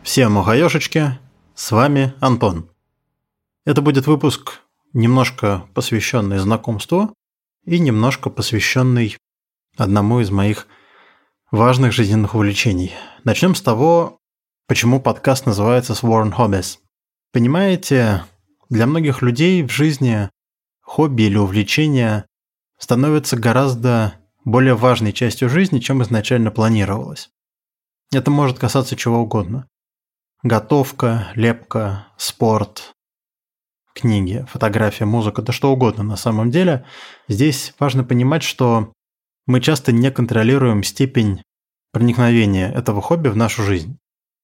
Всем ухаёшечки, с вами Антон. Это будет выпуск, немножко посвященный знакомству и немножко посвященный одному из моих важных жизненных увлечений. Начнем с того, почему подкаст называется Sworn Hobbies. Понимаете, для многих людей в жизни хобби или увлечение становится гораздо более важной частью жизни, чем изначально планировалось. Это может касаться чего угодно. Готовка, лепка, спорт, книги, фотография, музыка, да что угодно на самом деле. Здесь важно понимать, что мы часто не контролируем степень проникновения этого хобби в нашу жизнь.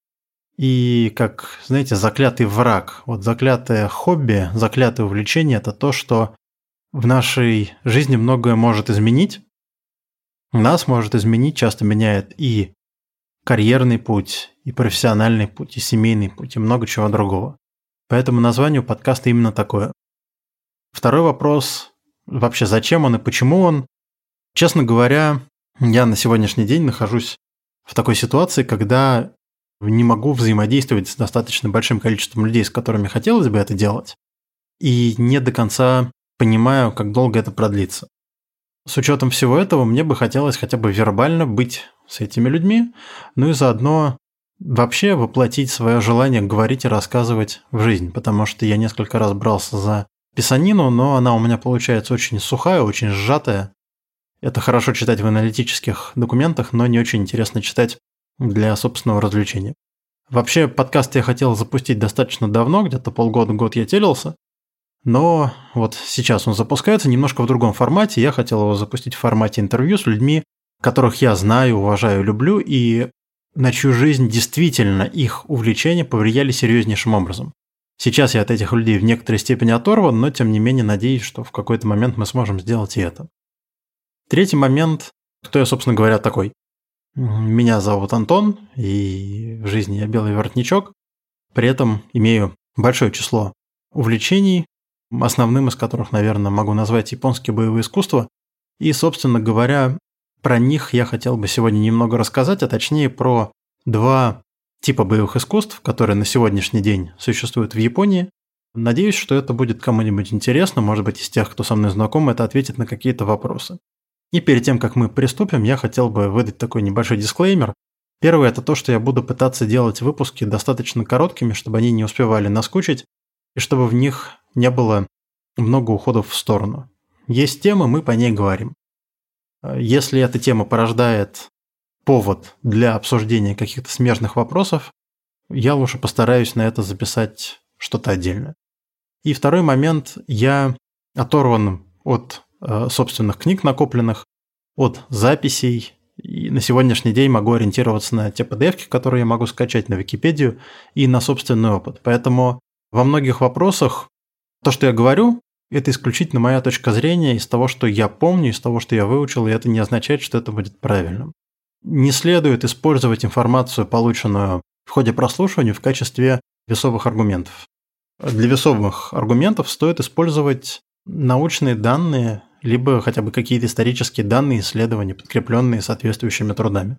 И как, знаете, заклятый враг, вот заклятое хобби, заклятое увлечение – это то, что в нашей жизни многое может изменить. Нас может изменить, часто меняет и карьерный путь, и профессиональный путь, и семейный путь, и много чего другого. Поэтому название у подкаста именно такое. Второй вопрос – вообще зачем он и почему он? Честно говоря, я на сегодняшний день нахожусь в такой ситуации, когда не могу взаимодействовать с достаточно большим количеством людей, с которыми хотелось бы это делать, и не до конца понимаю, как долго это продлится. С учетом всего этого, мне бы хотелось хотя бы вербально быть с этими людьми, ну и заодно вообще воплотить свое желание говорить и рассказывать в жизнь, потому что я несколько раз брался за писанину, но она у меня получается очень сухая, очень сжатая. Это хорошо читать в аналитических документах, но не очень интересно читать для собственного развлечения. Вообще, подкаст я хотел запустить достаточно давно, где-то полгода-год я телился, но вот сейчас он запускается немножко в другом формате. Я хотел его запустить в формате интервью с людьми, которых я знаю, уважаю, люблю, и на чью жизнь действительно их увлечения повлияли серьезнейшим образом. Сейчас я от этих людей в некоторой степени оторван, но тем не менее надеюсь, что в какой-то момент мы сможем сделать и это. Третий момент, кто я, собственно говоря, такой. Меня зовут Антон, и в жизни я белый воротничок, при этом имею большое число увлечений, основным из которых, наверное, могу назвать японские боевые искусства. И, собственно говоря, про них я хотел бы сегодня немного рассказать, а точнее про два типа боевых искусств, которые на сегодняшний день существуют в Японии. Надеюсь, что это будет кому-нибудь интересно, может быть, из тех, кто со мной знаком, это ответит на какие-то вопросы. И перед тем, как мы приступим, я хотел бы выдать такой небольшой дисклеймер. Первое – это то, что я буду пытаться делать выпуски достаточно короткими, чтобы они не успевали наскучить, и чтобы в них не было много уходов в сторону. Есть тема, мы по ней говорим. Если эта тема порождает повод для обсуждения каких-то смежных вопросов, я лучше постараюсь на это записать что-то отдельное. И второй момент, я оторван от собственных книг накопленных, от записей, и на сегодняшний день могу ориентироваться на те PDF-ки, которые я могу скачать на Википедию, и на собственный опыт. Поэтому во многих вопросах то, что я говорю, это исключительно моя точка зрения из того, что я помню, из того, что я выучил, и это не означает, что это будет правильным. Не следует использовать информацию, полученную в ходе прослушивания, в качестве весовых аргументов. Для весовых аргументов стоит использовать научные данные, либо хотя бы какие-то исторические данные, исследования, подкрепленные соответствующими трудами.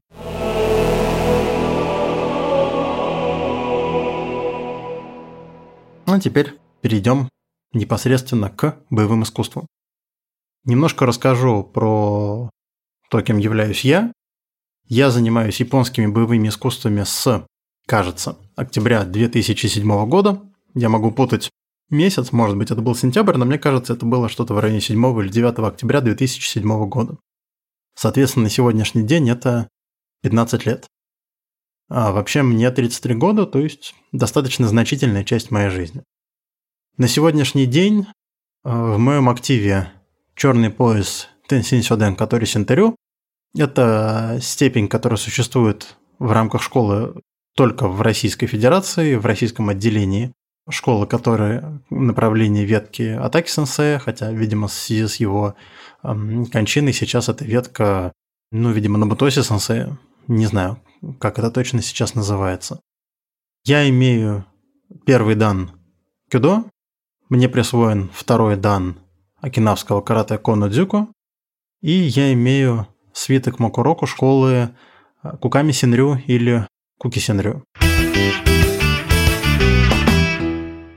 Ну а теперь перейдем непосредственно к боевым искусствам. Немножко расскажу про то, кем являюсь я. Я занимаюсь японскими боевыми искусствами с, кажется, октября 2007 года. Я могу путать месяц, может быть, это был сентябрь, но мне кажется, это было что-то в районе 7 или 9 октября 2007 года. Соответственно, на сегодняшний день это 15 лет. А вообще мне 33 года, то есть достаточно значительная часть моей жизни. На сегодняшний день в моем активе черный пояс Тенсин Сёдэн Катори Синтерю. Это степень, которая существует в рамках школы только в Российской Федерации, в российском отделении школы, которая направление ветки Атаки Сенсея, хотя, видимо, в связи с его кончиной сейчас эта ветка, видимо, Набутоси Сенсея, не знаю, как это точно сейчас называется. Я имею первый дан кюдо, мне присвоен второй дан окинавского карате Конно Дзюко, и я имею свиток Мокуроку школы Куками Синрю или Куки Синрю.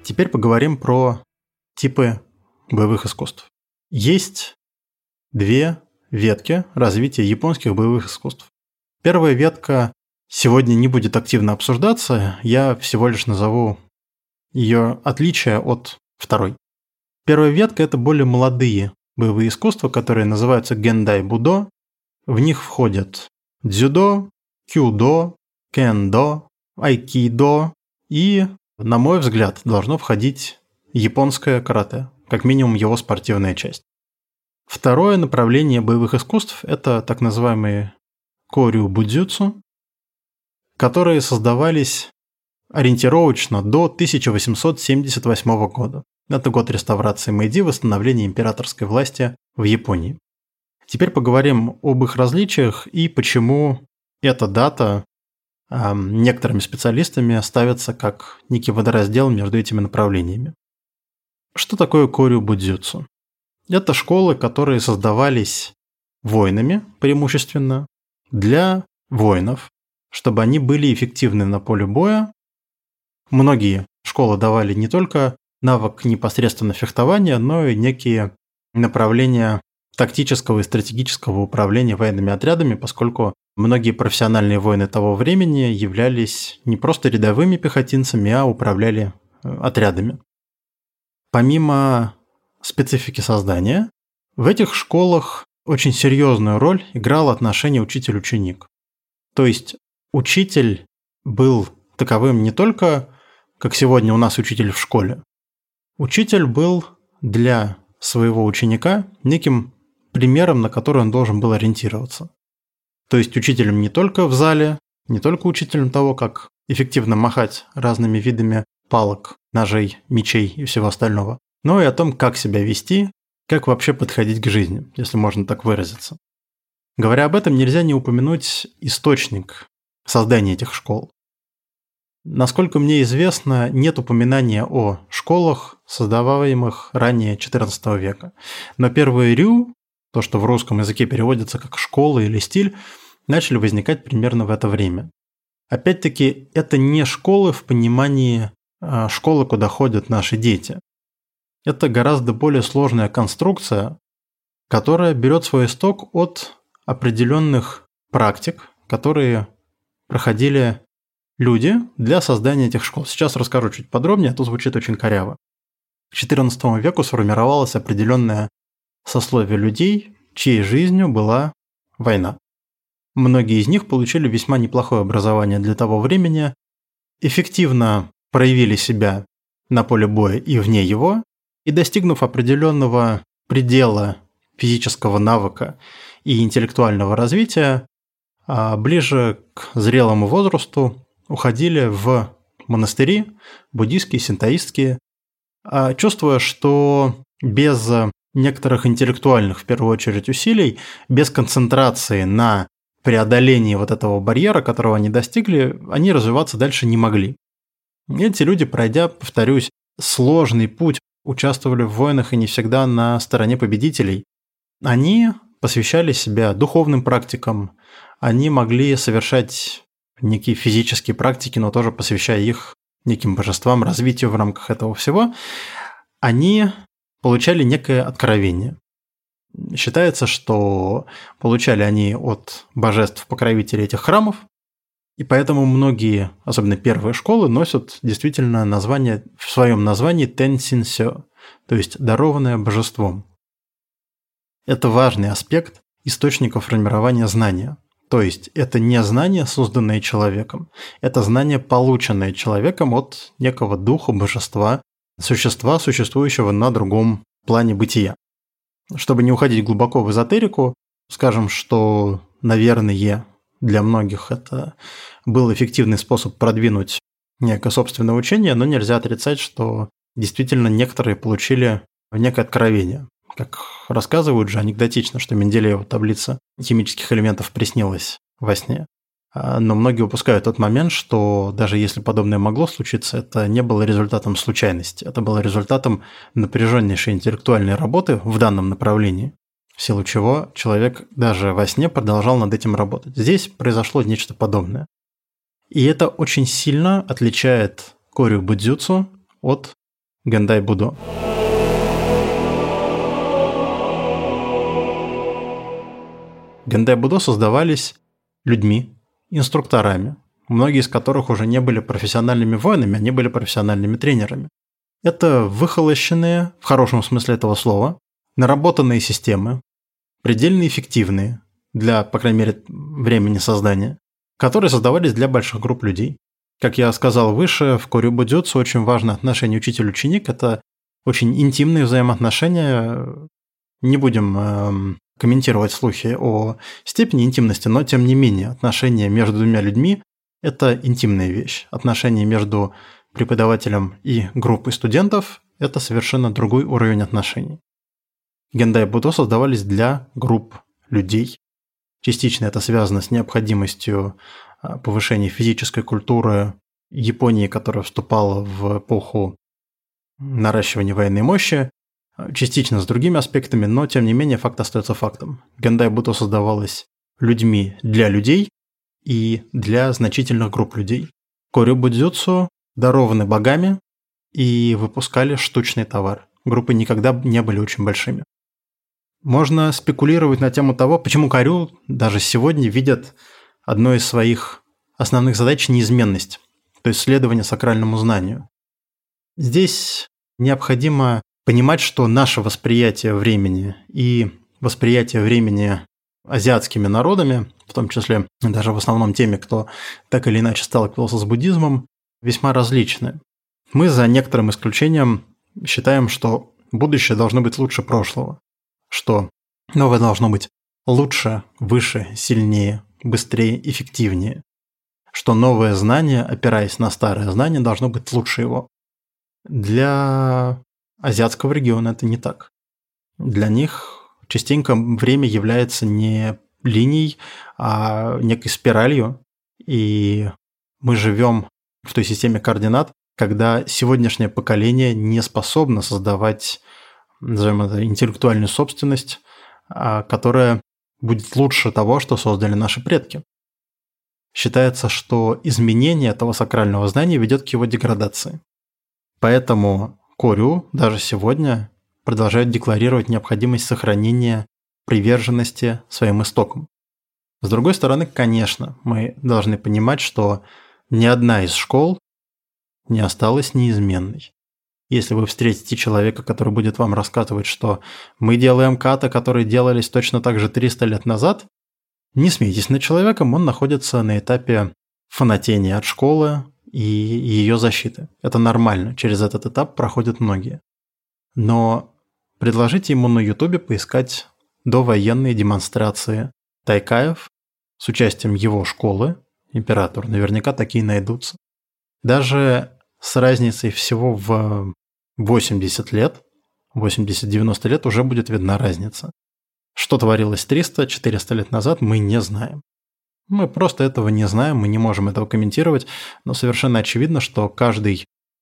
Теперь поговорим про типы боевых искусств. Есть две ветки развития японских боевых искусств. Первая ветка сегодня не будет активно обсуждаться, я всего лишь назову ее отличия от второй. Первая ветка – это более молодые боевые искусства, которые называются гендай-будо. В них входят дзюдо, кюдо, кендо, айкидо и, на мой взгляд, должно входить японское карате, как минимум его спортивная часть. Второе направление боевых искусств – это так называемые корю-будзюцу, которые создавались ориентировочно до 1878 года. Это год реставрации Мэйдзи, восстановления императорской власти в Японии. Теперь поговорим об их различиях и почему эта дата некоторыми специалистами ставится как некий водораздел между этими направлениями. Что такое корю-будзюцу? Это школы, которые создавались воинами преимущественно для воинов, чтобы они были эффективны на поле боя. Многие школы давали не только навык непосредственно фехтования, но и некие направления тактического и стратегического управления военными отрядами, поскольку многие профессиональные воины того времени являлись не просто рядовыми пехотинцами, а управляли отрядами. Помимо специфики создания, в этих школах очень серьезную роль играло отношение учитель-ученик. То есть учитель был таковым не только, как сегодня у нас учитель в школе. Учитель был для своего ученика неким примером, на который он должен был ориентироваться. То есть учителем не только в зале, не только учителем того, как эффективно махать разными видами палок, ножей, мечей и всего остального, но и о том, как себя вести, как вообще подходить к жизни, если можно так выразиться. Говоря об этом, нельзя не упомянуть источник создания этих школ. Насколько мне известно, нет упоминания о школах, создаваемых ранее XIV века. Но первые рю, то, что в русском языке переводится как школа или стиль, начали возникать примерно в это время. Опять-таки, это не школы в понимании школы, куда ходят наши дети. Это гораздо более сложная конструкция, которая берет свой исток от определенных практик, которые проходили люди для создания этих школ. Сейчас расскажу чуть подробнее, а то звучит очень коряво. К XIV веку сформировалось определенное сословие людей, чьей жизнью была война. Многие из них получили весьма неплохое образование для того времени, эффективно проявили себя на поле боя и вне его, и достигнув определенного предела физического навыка и интеллектуального развития, ближе к зрелому возрасту уходили в монастыри, буддийские, синтоистские, чувствуя, что без некоторых интеллектуальных, в первую очередь, усилий, без концентрации на преодолении вот этого барьера, которого они достигли, они развиваться дальше не могли. Эти люди, пройдя, повторюсь, сложный путь, участвовали в войнах и не всегда на стороне победителей. Они посвящали себя духовным практикам, они могли совершать некие физические практики, но тоже посвящая их неким божествам, развитию в рамках этого всего, они получали некое откровение. Считается, что получали они от божеств-покровителей этих храмов, и поэтому многие, особенно первые школы, носят действительно название, в своем названии тенсинсё, то есть дарованное божеством. Это важный аспект источника формирования знания. То есть это не знание, созданное человеком, это знание, полученное человеком от некого духа, божества, существа, существующего на другом плане бытия. Чтобы не уходить глубоко в эзотерику, скажем, что, наверное, для многих это был эффективный способ продвинуть некое собственное учение, но нельзя отрицать, что действительно некоторые получили некое откровение. Как рассказывают же анекдотично, что Менделееву таблица химических элементов приснилась во сне. Но многие упускают тот момент, что даже если подобное могло случиться, это не было результатом случайности. Это было результатом напряженнейшей интеллектуальной работы в данном направлении, в силу чего человек даже во сне продолжал над этим работать. Здесь произошло нечто подобное. И это очень сильно отличает корю-будзюцу от Гэндай Будо. Гэндай Будо создавались людьми, инструкторами, многие из которых уже не были профессиональными воинами, они были профессиональными тренерами. Это выхолощенные, в хорошем смысле этого слова, наработанные системы, предельно эффективные для, по крайней мере, времени создания, которые создавались для больших групп людей. Как я сказал выше, в корю-будзюцу очень важно отношение учитель-ученик. Это очень интимные взаимоотношения. Не будем комментировать слухи о степени интимности, но тем не менее отношения между двумя людьми – это интимная вещь. Отношения между преподавателем и группой студентов – это совершенно другой уровень отношений. Гэндай Будо создавались для групп людей. Частично это связано с необходимостью повышения физической культуры Японии, которая вступала в эпоху наращивания военной мощи, частично с другими аспектами, но тем не менее факт остается фактом. Гэндай Будо создавалось людьми для людей и для значительных групп людей. Корю-будзюцу дарованы богами и выпускали штучный товар. Группы никогда не были очень большими. Можно спекулировать на тему того, почему корю даже сегодня видят одной из своих основных задач неизменность, то есть следование сакральному знанию. Здесь необходимо понимать, что наше восприятие времени и восприятие времени азиатскими народами, в том числе даже в основном теми, кто так или иначе сталкивался с буддизмом, весьма различны. Мы, за некоторым исключением, считаем, что будущее должно быть лучше прошлого, что новое должно быть лучше, выше, сильнее, быстрее, эффективнее, что новое знание, опираясь на старое знание, должно быть лучше его. Для азиатского региона это не так. Для них частенько время является не линией, а некой спиралью, и мы живем в той системе координат, когда сегодняшнее поколение не способно создавать, назовем это, интеллектуальную собственность, которая будет лучше того, что создали наши предки. Считается, что изменение этого сакрального знания ведет к его деградации. Поэтому корю даже сегодня продолжают декларировать необходимость сохранения приверженности своим истокам. С другой стороны, конечно, мы должны понимать, что ни одна из школ не осталась неизменной. Если вы встретите человека, который будет вам рассказывать, что мы делаем ката, которые делались точно так же 300 лет назад, не смейтесь над человеком, он находится на этапе фанатения от школы и ее защиты. Это нормально, через этот этап проходят многие. Но предложите ему на Ютубе поискать довоенные демонстрации тайкаев с участием его школы, император, наверняка такие найдутся. Даже с разницей всего в 80 лет, 80-90 лет уже будет видна разница. Что творилось 300-400 лет назад, мы не знаем. Мы просто этого не знаем, мы не можем этого комментировать, но совершенно очевидно, что каждый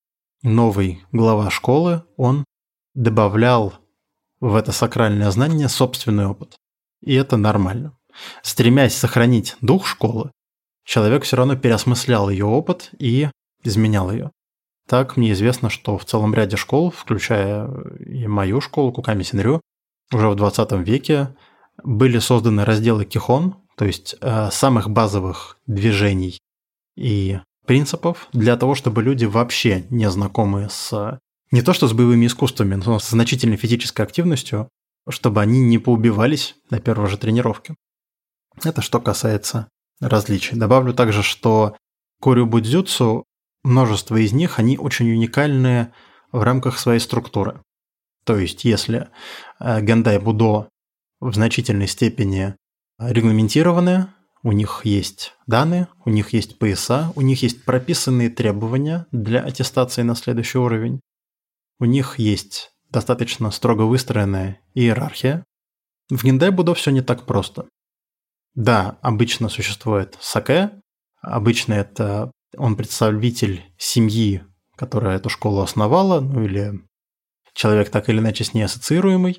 новый глава школы, он добавлял в это сакральное знание собственный опыт. И это нормально. Стремясь сохранить дух школы, человек все равно переосмыслял ее опыт и изменял ее. Так мне известно, что в целом ряде школ, включая и мою школу, Куками Синрю, уже в 20 веке были созданы разделы кихон, то есть самых базовых движений и принципов для того, чтобы люди вообще не знакомые с не то что с боевыми искусствами, но с значительной физической активностью, чтобы они не поубивались на первой же тренировке. Это что касается различий. Добавлю также, что корю-будзюцу, множество из них, они очень уникальные в рамках своей структуры. То есть, если Гэндай Будо в значительной степени регламентированы, у них есть данные, у них есть пояса, у них есть прописанные требования для аттестации на следующий уровень, у них есть достаточно строго выстроенная иерархия. В Гэндай Будо все не так просто. Да, обычно существует сакэ, обычно это он представитель семьи, которая эту школу основала, ну или человек так или иначе с ней ассоциируемый.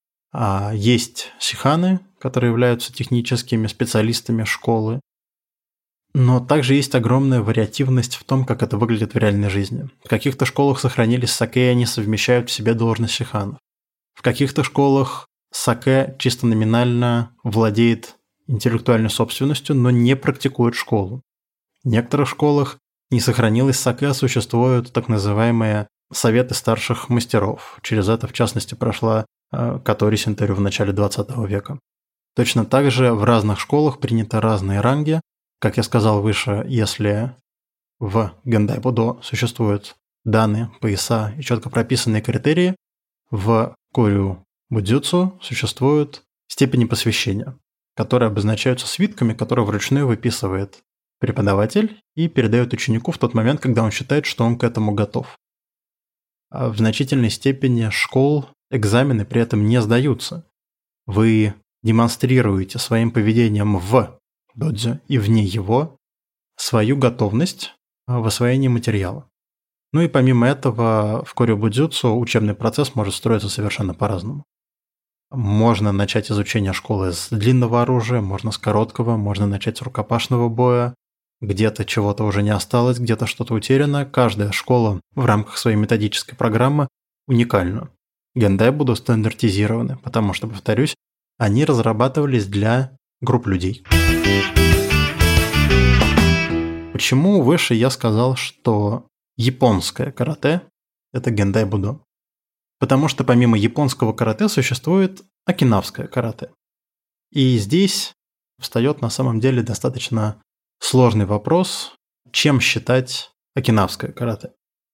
А есть сиханы, которые являются техническими специалистами школы. Но также есть огромная вариативность в том, как это выглядит в реальной жизни. В каких-то школах сохранились сакэ, и они совмещают в себе должность шиханов. В каких-то школах сакэ чисто номинально владеет интеллектуальной собственностью, но не практикует школу. В некоторых школах не сохранилось сакэ, существуют так называемые советы старших мастеров. Через это, в частности, прошла Катори Синтерю в начале 20 века. Точно так же в разных школах приняты разные ранги. Как я сказал выше, если в гендай-будо существуют даны, пояса и четко прописанные критерии, в корю-будзюцу существуют степени посвящения, которые обозначаются свитками, которые вручную выписывает преподаватель и передает ученику в тот момент, когда он считает, что он к этому готов. А в значительной степени школ экзамены при этом не сдаются. Вы демонстрируете своим поведением в додзё и вне его свою готовность в освоении материала. Ну и помимо этого в корю-будзюцу учебный процесс может строиться совершенно по-разному. Можно начать изучение школы с длинного оружия, можно с короткого, можно начать с рукопашного боя, где-то чего-то уже не осталось, где-то что-то утеряно. Каждая школа в рамках своей методической программы уникальна. Гендай-будо стандартизированы, потому что, повторюсь, они разрабатывались для групп людей. Почему выше я сказал, что японское карате – это гендай-будо? Потому что помимо японского карате существует окинавское карате. И здесь встает на самом деле достаточно сложный вопрос, чем считать окинавское карате.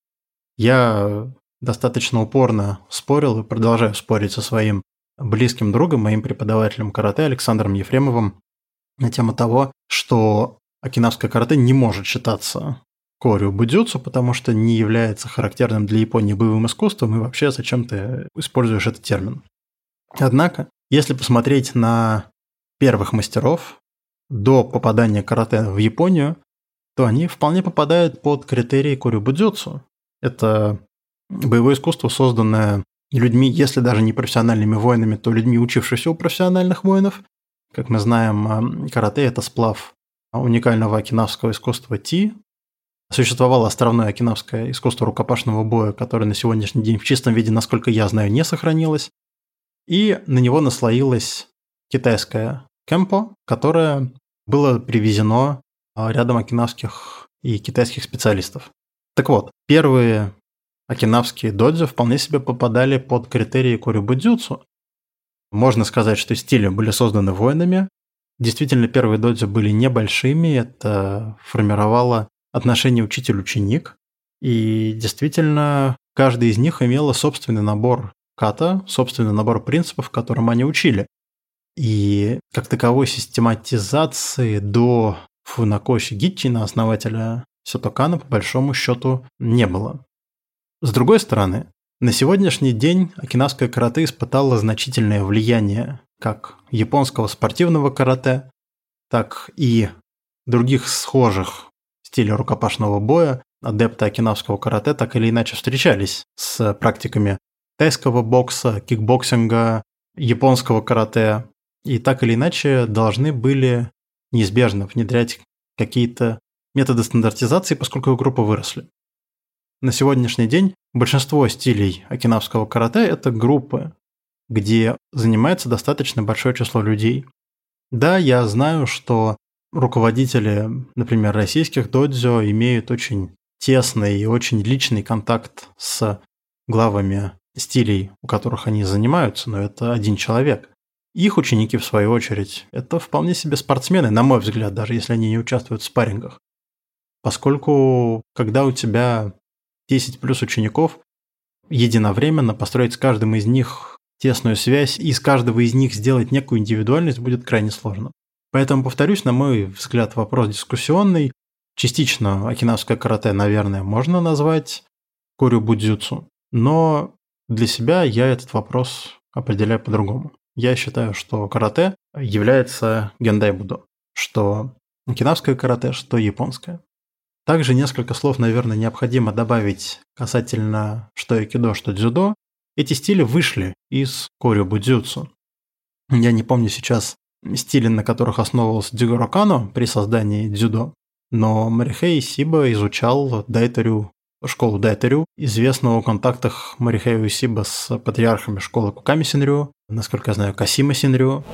Я достаточно упорно спорил и продолжаю спорить со своим близким другом, моим преподавателем карате Александром Ефремовым на тему того, что окинавское карате не может считаться корю-будзюцу, потому что не является характерным для Японии боевым искусством, и вообще зачем ты используешь этот термин. Однако, если посмотреть на первых мастеров до попадания карате в Японию, то они вполне попадают под критерии корю-будзюцу. Это боевое искусство, созданное людьми, если даже не профессиональными воинами, то людьми, учившимися у профессиональных воинов. Как мы знаем, карате – это сплав уникального окинавского искусства ти. Существовало островное окинавское искусство рукопашного боя, которое на сегодняшний день в чистом виде, насколько я знаю, не сохранилось. И на него наслоилось китайское кэмпо, которое было привезено рядом окинавских и китайских специалистов. Так вот, первые окинавские додзё вполне себе попадали под критерии корю-будзюцу. Можно сказать, что стили были созданы воинами. Действительно, первые додзё были небольшими, это формировало отношение учитель-ученик. И действительно, каждый из них имел собственный набор ката, собственный набор принципов, которым они учили. И как таковой систематизации до Фунакоши Гитчина, основателя Сётокана, по большому счету не было. С другой стороны, на сегодняшний день окинавское карате испытало значительное влияние как японского спортивного карате, так и других схожих стилей рукопашного боя. Адепты окинавского карате так или иначе встречались с практиками тайского бокса, кикбоксинга, японского карате, и так или иначе должны были неизбежно внедрять какие-то методы стандартизации, поскольку их группы выросли. На сегодняшний день большинство стилей окинавского карате – это группы, где занимается достаточно большое число людей. Да, я знаю, что руководители, например, российских додзё имеют очень тесный и очень личный контакт с главами стилей, у которых они занимаются, но это один человек. Их ученики, в свою очередь, это вполне себе спортсмены, на мой взгляд, даже если они не участвуют в спаррингах. Поскольку, когда у тебя 10 плюс учеников, единовременно построить с каждым из них тесную связь и из каждого из них сделать некую индивидуальность будет крайне сложно. Поэтому, повторюсь, на мой взгляд, вопрос дискуссионный. Частично окинавское карате, наверное, можно назвать корю-будзюцу, но для себя я этот вопрос определяю по-другому. Я считаю, что карате является гендай-будо, что окинавское карате, что японское. Также несколько слов, наверное, необходимо добавить касательно что айкидо, что дзюдо. Эти стили вышли из корю-будзюцу. Я не помню сейчас стили, на которых основывался Дзюго Кано при создании дзюдо, но Морихэй Исиба изучал Дайтарю, школу Дайтарю, известного в контактах Морихэй Исиба с патриархами школы Куками Синрю, насколько я знаю, Касима Синрю.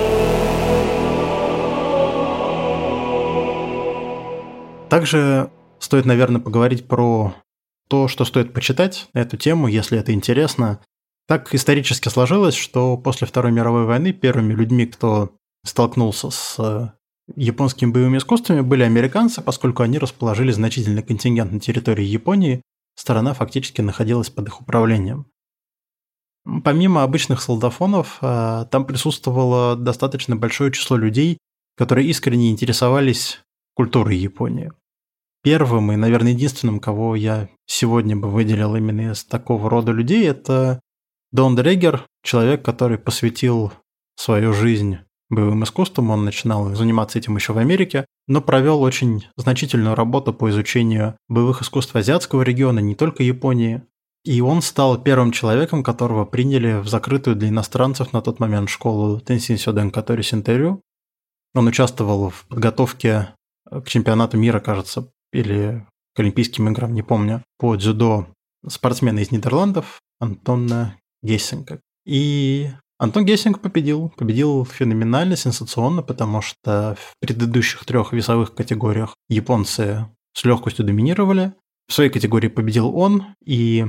Также стоит, наверное, поговорить про то, что стоит почитать на эту тему, если это интересно. Так исторически сложилось, что после Второй мировой войны первыми людьми, кто столкнулся с японскими боевыми искусствами, были американцы, поскольку они расположили значительный контингент на территории Японии, страна фактически находилась под их управлением. Помимо обычных солдафонов, там присутствовало достаточно большое число людей, которые искренне интересовались культурой Японии. Первым и, наверное, единственным, кого я сегодня бы выделил именно из такого рода людей, это Дон Дрэгер, человек, который посвятил свою жизнь боевым искусствам. Он начинал заниматься этим еще в Америке, но провел очень значительную работу по изучению боевых искусств азиатского региона, не только Японии. И он стал первым человеком, которого приняли в закрытую для иностранцев на тот момент школу Тенсин Сёдэн Катори Синтерю. Он участвовал в подготовке к чемпионату мира, кажется, или к Олимпийским играм, не помню, по дзюдо спортсмена из Нидерландов Антона Гессинга. И Антон Гессинг победил феноменально, сенсационно, потому что в предыдущих 3 весовых категориях японцы с легкостью доминировали. В своей категории победил он, и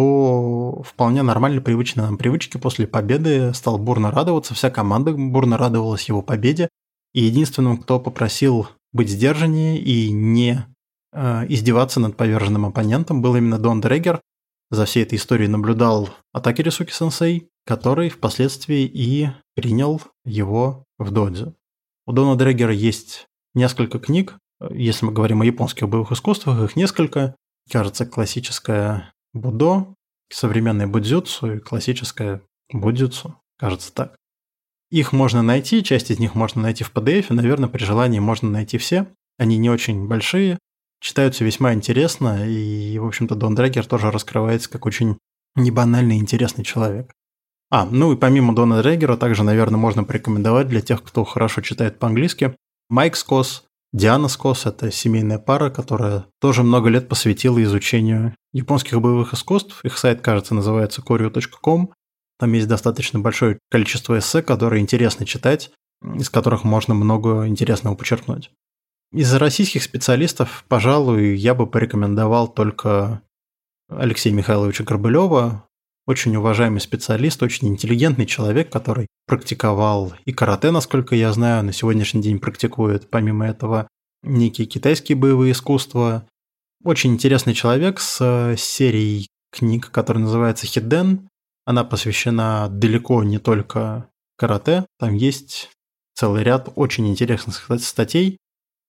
по вполне нормальной, привычной нам привычке после победы стал бурно радоваться, вся команда бурно радовалась его победе, и единственным, кто попросил быть сдержаннее и не издеваться над поверженным оппонентом, был именно Дон Дрэгер. За всей этой историей наблюдал Атакери Суки-сенсей, который впоследствии и принял его в додзё. У Дона Дрэгера есть несколько книг, если мы говорим о японских боевых искусствах, их несколько. Кажется, классическое будо, современное будзюцу и классическое будзюцу, кажется так. Их можно найти, часть из них можно найти в PDF, наверное, при желании можно найти все. Они не очень большие, читаются весьма интересно, и, в общем-то, Дон Дрэгер тоже раскрывается как очень небанальный и интересный человек. Ну и помимо Дона Дрэгера, также, наверное, можно порекомендовать для тех, кто хорошо читает по-английски, Майк Скос, Диана Скос – это семейная пара, которая тоже много лет посвятила изучению японских боевых искусств. Их сайт, кажется, называется koryu.com. Там есть достаточно большое количество эссе, которые интересно читать, из которых можно много интересного почерпнуть. Из российских специалистов, пожалуй, я бы порекомендовал только Алексея Михайловича Горбылева, очень уважаемый специалист, очень интеллигентный человек, который практиковал и карате, насколько я знаю, на сегодняшний день практикует, помимо этого, некие китайские боевые искусства. Очень интересный человек с серией книг, которая называется «Хидден». Она посвящена далеко не только карате, там есть целый ряд очень интересных статей.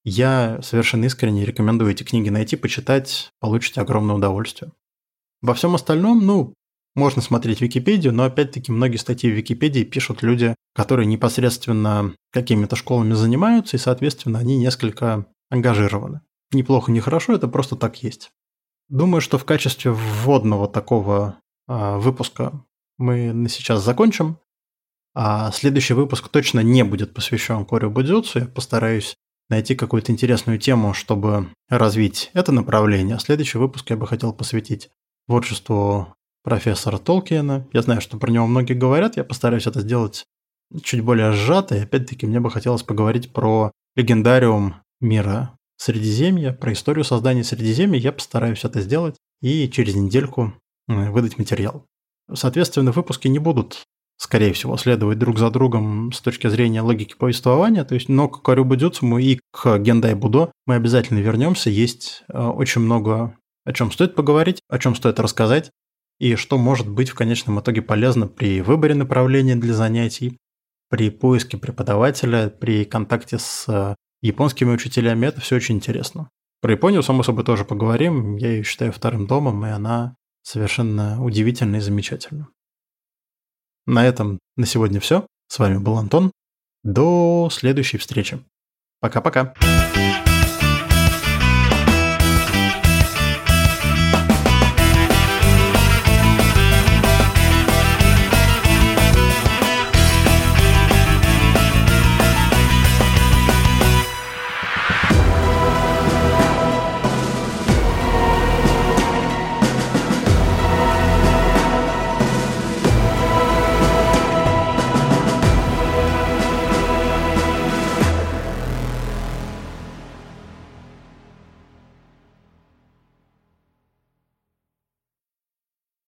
Я совершенно искренне рекомендую эти книги найти, почитать, получите огромное удовольствие. Во всем остальном, можно смотреть Википедию, но опять-таки многие статьи в Википедии пишут люди, которые непосредственно какими-то школами занимаются, и, соответственно, они несколько ангажированы. Неплохо, не хорошо, это просто так есть. Думаю, что в качестве вводного такого выпуска мы на сейчас закончим. А следующий выпуск точно не будет посвящен Корю Будзюцу. Я постараюсь найти какую-то интересную тему, чтобы развить это направление. А следующий выпуск я бы хотел посвятить творчеству профессора Толкиена. Я знаю, что про него многие говорят, я постараюсь это сделать чуть более сжато. И опять-таки мне бы хотелось поговорить про легендариум мира Средиземья, про историю создания Средиземья. Я постараюсь это сделать и через недельку выдать материал. Соответственно, выпуски не будут, скорее всего, следовать друг за другом с точки зрения логики повествования, но к Корю Будзюцу и к Гендай Будо мы обязательно вернемся. Есть очень много о чем стоит поговорить, о чем стоит рассказать, и что может быть в конечном итоге полезно при выборе направления для занятий, при поиске преподавателя, при контакте с японскими учителями. Это все очень интересно. Про Японию, само собой, тоже поговорим. Я ее считаю вторым домом, и она совершенно удивительна и замечательна. На этом на сегодня все. С вами был Антон. До следующей встречи. Пока-пока.